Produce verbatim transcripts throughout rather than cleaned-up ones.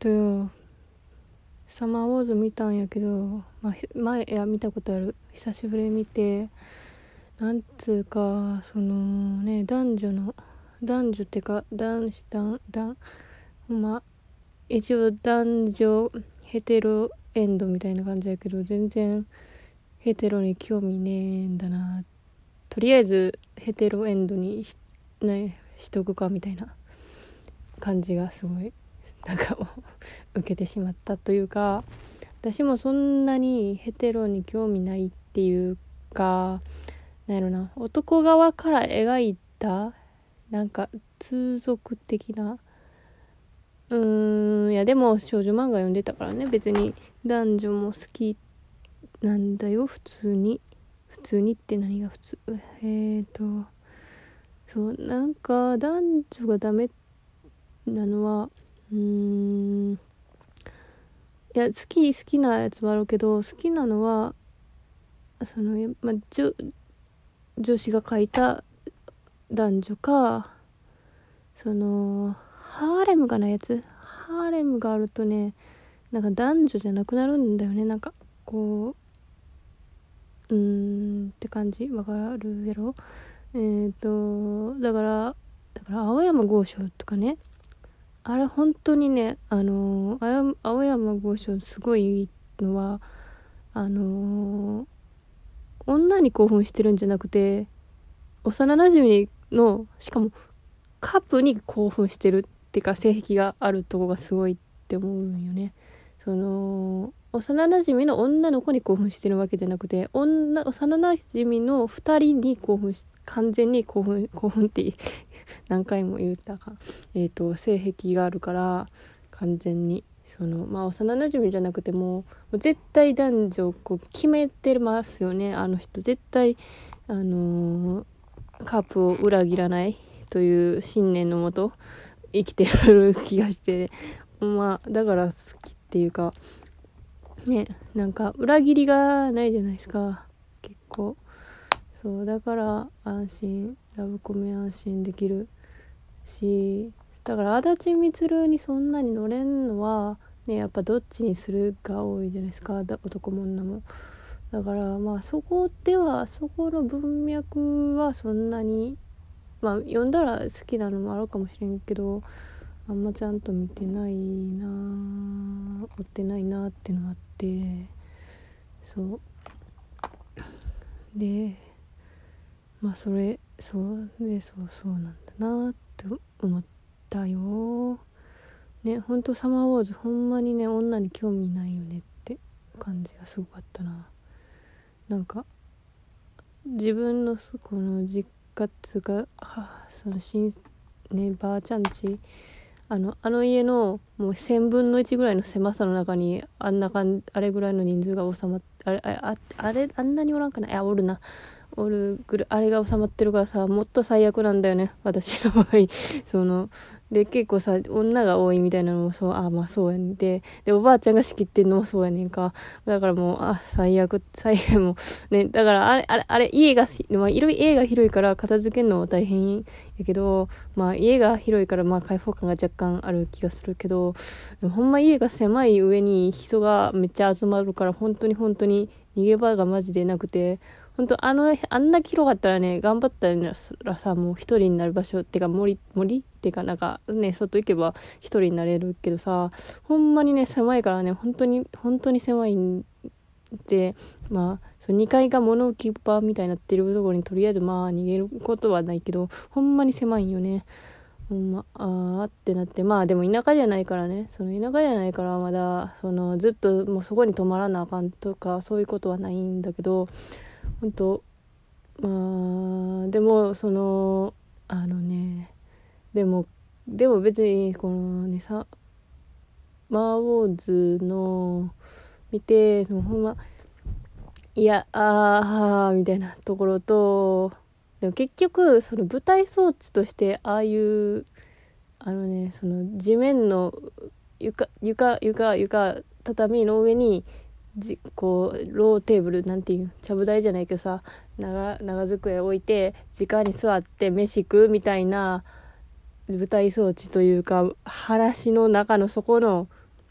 とよサマーウォーズ見たんやけど、まあ、前いや見たことある、久しぶりに見て、なんつうかそのね男女の男女ってか男子男男まあ一応男女ヘテロエンドみたいな感じやけど、全然ヘテロに興味ねえんだな、とりあえずヘテロエンドに し,、ね、しとくかみたいな感じがすごいなんか受けてしまったというか、私もそんなにヘテロに興味ないっていうか、なんやろな、男側から描いたなんか通俗的なうーんいやでも少女漫画読んでたからね、別に男女も好きなんだよ、普通に普通にって何が普通えーとそうなんか男女がダメなのはうーんいや好き好きなやつもあるけど、好きなのはその、まあ、女, 女子が書いた男女か、そのハーレムがないやつ、ハーレムがあるとね、なんか男女じゃなくなるんだよね、なんかこううーんって感じ、わかるやろ。えーとだからだから青山剛昌とかね、あれ本当にね、あのー、青山剛昌すごいのはあのー、女に興奮してるんじゃなくて、幼馴染のしかもカップに興奮してるっていうか、性癖があるとこがすごいって思うんよね。その幼馴染の女の子に興奮してるわけじゃなくて、女幼馴染のふたりに興奮し完全に興奮興奮って何回も言ったか、えーと性癖があるから完全にそのまあ幼馴染じゃなくてももう絶対男女をこう決めてますよね、あの人絶対あのー、カープを裏切らないという信念のもと生きてる気がして、まあだから好きっていうかね、なんか裏切りがないじゃないですか結構。そうだから安心、ラブコメ安心できるし、だから足立みつるにそんなに乗れんのはね、やっぱどっちにするが多いじゃないですか、男も女も。だからまあそこではそこの文脈はそんなにまあ読んだら好きなのもあるかもしれんけど、あんまちゃんと見てないな追ってないなっていうのがあって、そうでまあそれそうでそうそうなんだなって思ったよね。ほんとサマーウォーズほんまにね、女に興味ないよねって感じがすごかったな。なんか自分のこの実家っつうかはその新ねばあちゃんち、あのあの家のもうせんぶんのいちぐらいの狭さの中にあんなかんあれぐらいの人数が収まって、あれああれあんなにおらんかな、いやおるなおるぐるあれが収まってるからさ、もっと最悪なんだよね私の場合そので結構さ女が多いみたいなのもそう、あまあそうやねんで、でおばあちゃんが仕切ってんのもそうやねんか、だからもうあ最悪最悪もね、だからあれあれあれ家がまあ家が広いから片付けるのも大変やけど、まあ家が広いからまあ開放感が若干ある気がするけど、ほんま家が狭い上に人がめっちゃ集まるから本当に本当に逃げ場がマジでなくて、本当あのあんな広かったらね、頑張ったらさもう一人になる場所ってか森森ってかなんかね外行けば一人になれるけどさ、ほんまにね狭いからね、本当に本当に狭いんで、まあそうにかいが物置場みたいになってるところにとりあえずまあ逃げることはないけど、ほんまに狭いんよね。ほんまあーってなって、まあでも田舎じゃないからね、その田舎じゃないからまだそのずっともうそこに泊まらなあかんとかそういうことはないんだけど、本当まあでもそのあのねでもでも別にこのねさマーウォーズの見てそのほんまいやあーみたいなところと、でも結局その舞台装置としてああいうあのねその地面の床床床床畳の上にじこうローテーブルなんていうちゃぶ台じゃないけどさ、長長机置いて直に座って飯食うみたいな舞台装置というか話の中のそこの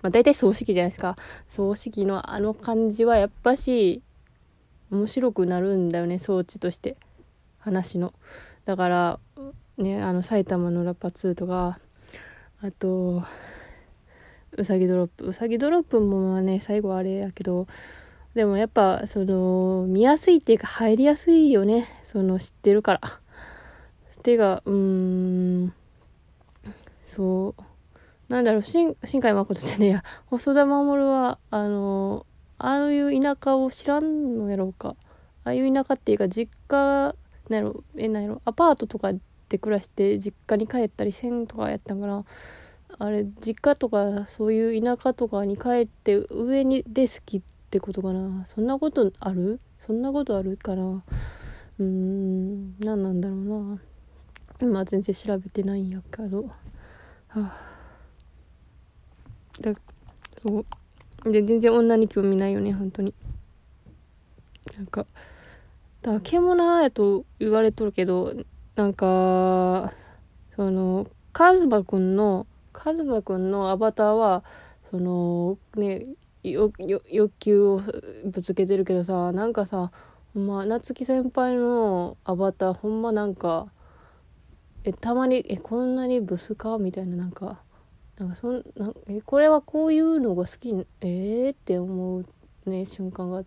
まあ大体葬式じゃないですか。葬式のあの感じはやっぱし面白くなるんだよね、装置として話の。だからね、あの埼玉のラッパツーとか、あとうさぎドロップうさぎドロップもね最後あれやけど、でもやっぱその見やすいっていうか入りやすいよね、その知ってるから。てかうーんそうなんだろう、新新海誠じゃねえや、細田守はあのああいう田舎を知らんのやろうか。ああいう田舎っていうか実家なんやろえなんやろアパートとかで暮らして実家に帰ったりせんとかやったんかな。あれ実家とかそういう田舎とかに帰って上にで好きってことかな。そんなことあるそんなことあるかな。うーん何なんだろうな。今全然調べてないんやけど、はあ、だそうで全然女に興味ないよね本当に。なんかだから獣やと言われとるけど、なんかそのカズマくんのカズマくんのアバターはそのねよよ欲求をぶつけてるけどさ、なんかさほんま夏希先輩のアバターほんまなんかえたまにえこんなにブスかみたいな、なんかなんかそんなえこれはこういうのが好きえーって思うね瞬間があって、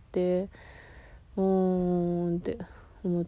うーんって思って、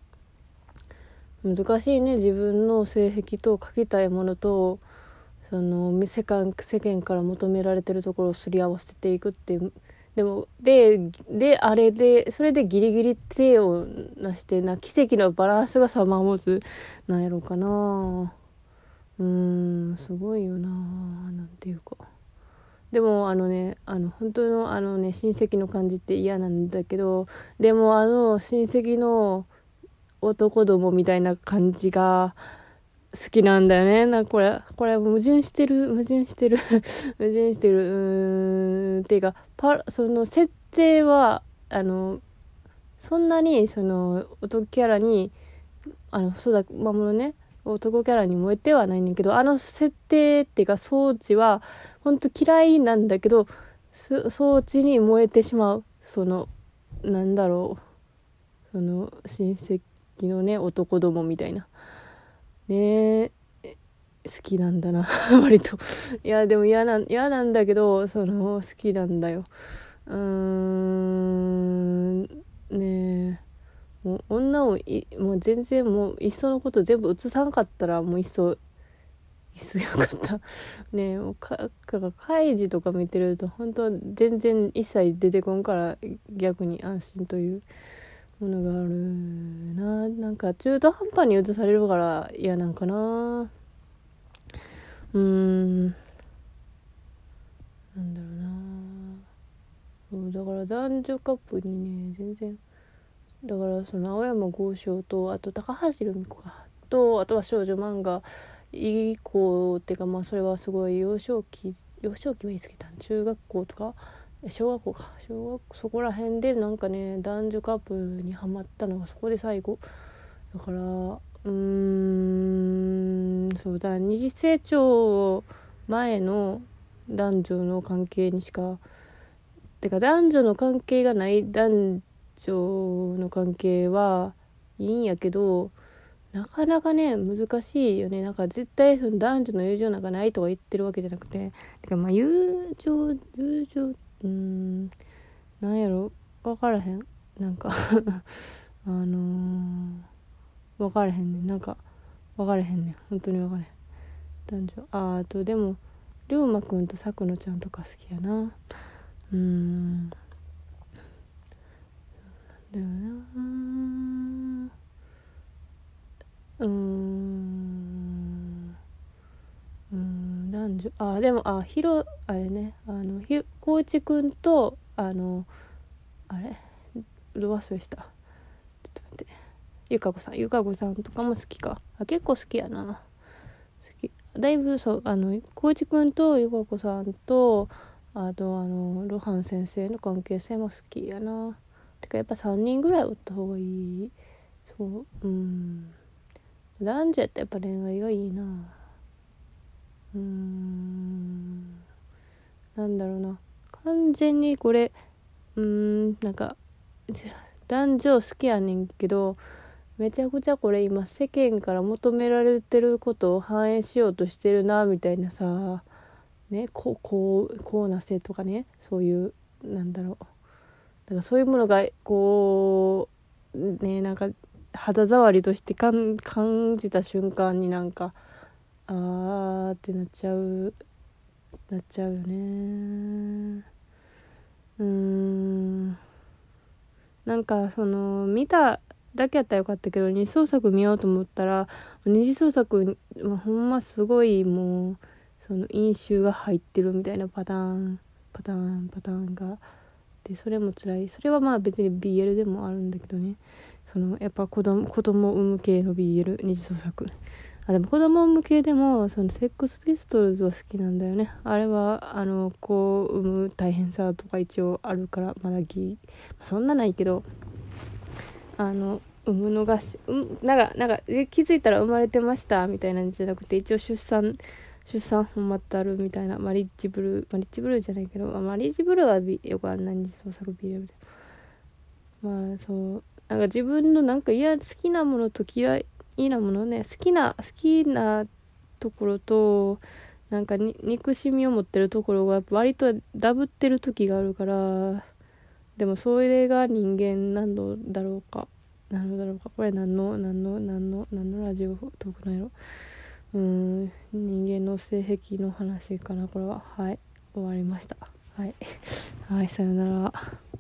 難しいね、自分の性癖と書きたいものとその世間世間から求められてるところをすり合わせていくっていう。でもでであれでそれでギリギリ手をなしてな奇跡のバランスがサマーモーズなんやろうかな。うーんすごいよな、なんていうか。でもあのねあの本当のあのね親戚の感じって嫌なんだけど、でもあの親戚の男どもみたいな感じが好きなんだよね。なんかこれこれ矛盾してる矛盾してる矛盾してるうーんっていうかパその設定はあのそんなにその男キャラにあの細田守ね男キャラに燃えてはないねんけど、あの設定っていうか装置は本当嫌いなんだけど、装置に燃えてしまう。そのなんだろう、その親戚のね男どもみたいなねえ好きなんだな割と。いやでも嫌な嫌なんだけどその好きなんだよ。うーんねえもう女をいもう全然もういっそのこと全部映さんかったらもういっそいっそよかったねえ。もうかかカイジとか見てると本当全然一切出てこんから逆に安心というものがあるな。なんか中途半端に映されるから嫌なんかな。うーんなんだろうな。そうだから男女カップにね全然だからその青山剛昌とあと高橋留美子かとあとは少女漫画以降っていうかまあそれはすごい幼少期幼少期は言い過ぎた中学校とか小学校か小学校そこら辺でなんかね男女カップにハマったのがそこで最後だからうーんそうだ二次成長前の男女の関係にしかてか男女の関係がない男女の関係はいいんやけどなかなかね難しいよね。なんか絶対その男女の友情なんかないとか言ってるわけじゃなくて、てかまあ友情友情うーんなんやろ分からへんなんかあのー、分からへんねんなんか分からへんねん本当に分からへん男女ああとでも龍馬くんとさくのちゃんとか好きやな。うーんだよなうーんうーん男女あでもあひろあれねあのひろこうちくんとあのあれど忘れしたちょっと待ってゆかこさんゆかこさんとかも好きかあ結構好きやな好きだいぶそうあのこうちくんとゆかこさんとあとあの露伴先生の関係性も好きやな。てかやっぱさんにんぐらいおった方がいい。そううん男女やったらやっぱ恋愛がいいな。うーんなんだろうな、完全にこれうーんなんか男女好きやねんけど、めちゃくちゃこれ今世間から求められてることを反映しようとしてるなみたいなさね、こうこうこうなせとかね、そういうなんだろう、だからそういうものがこうね、なんか肌触りとしてかん感じた瞬間になんかあーってなっちゃうなっちゃうよね。うーんなんかその見ただけやったらよかったけど、二次創作見ようと思ったら二次創作、まあ、ほんますごいもうその飲酒が入ってるみたいなパターンパターンパターンがで、それも辛い。それはまあ別に ビーエル でもあるんだけどね、そのやっぱ子供子供を産む系の ビーエル 二次創作、あでも子供を産む系でもそのセックスピストルズは好きなんだよね。あれはあの子を産む大変さとか一応あるからまだぎそんなないけど、あの産むのがし、うん、なんかなんか気づいたら生まれてましたみたいなんじゃなくて、一応出産出産本まってあるみたいな、マリッジブルーマリッジブルーじゃないけど、まあ、マリッジブルーはビよくあんなに創作ビデオで、まあそうなんか自分のなんかいや好きなものと嫌いなものね、好きな好きなところとなんかに憎しみを持ってるところが割とダブってる時があるから、でもそれが人間なんだろうかなのだろうか、これ何の何の何の何のラジオトークなんやろ、うーん人間の性癖の話かなこれは。はい、終わりました。はいはい、さよなら。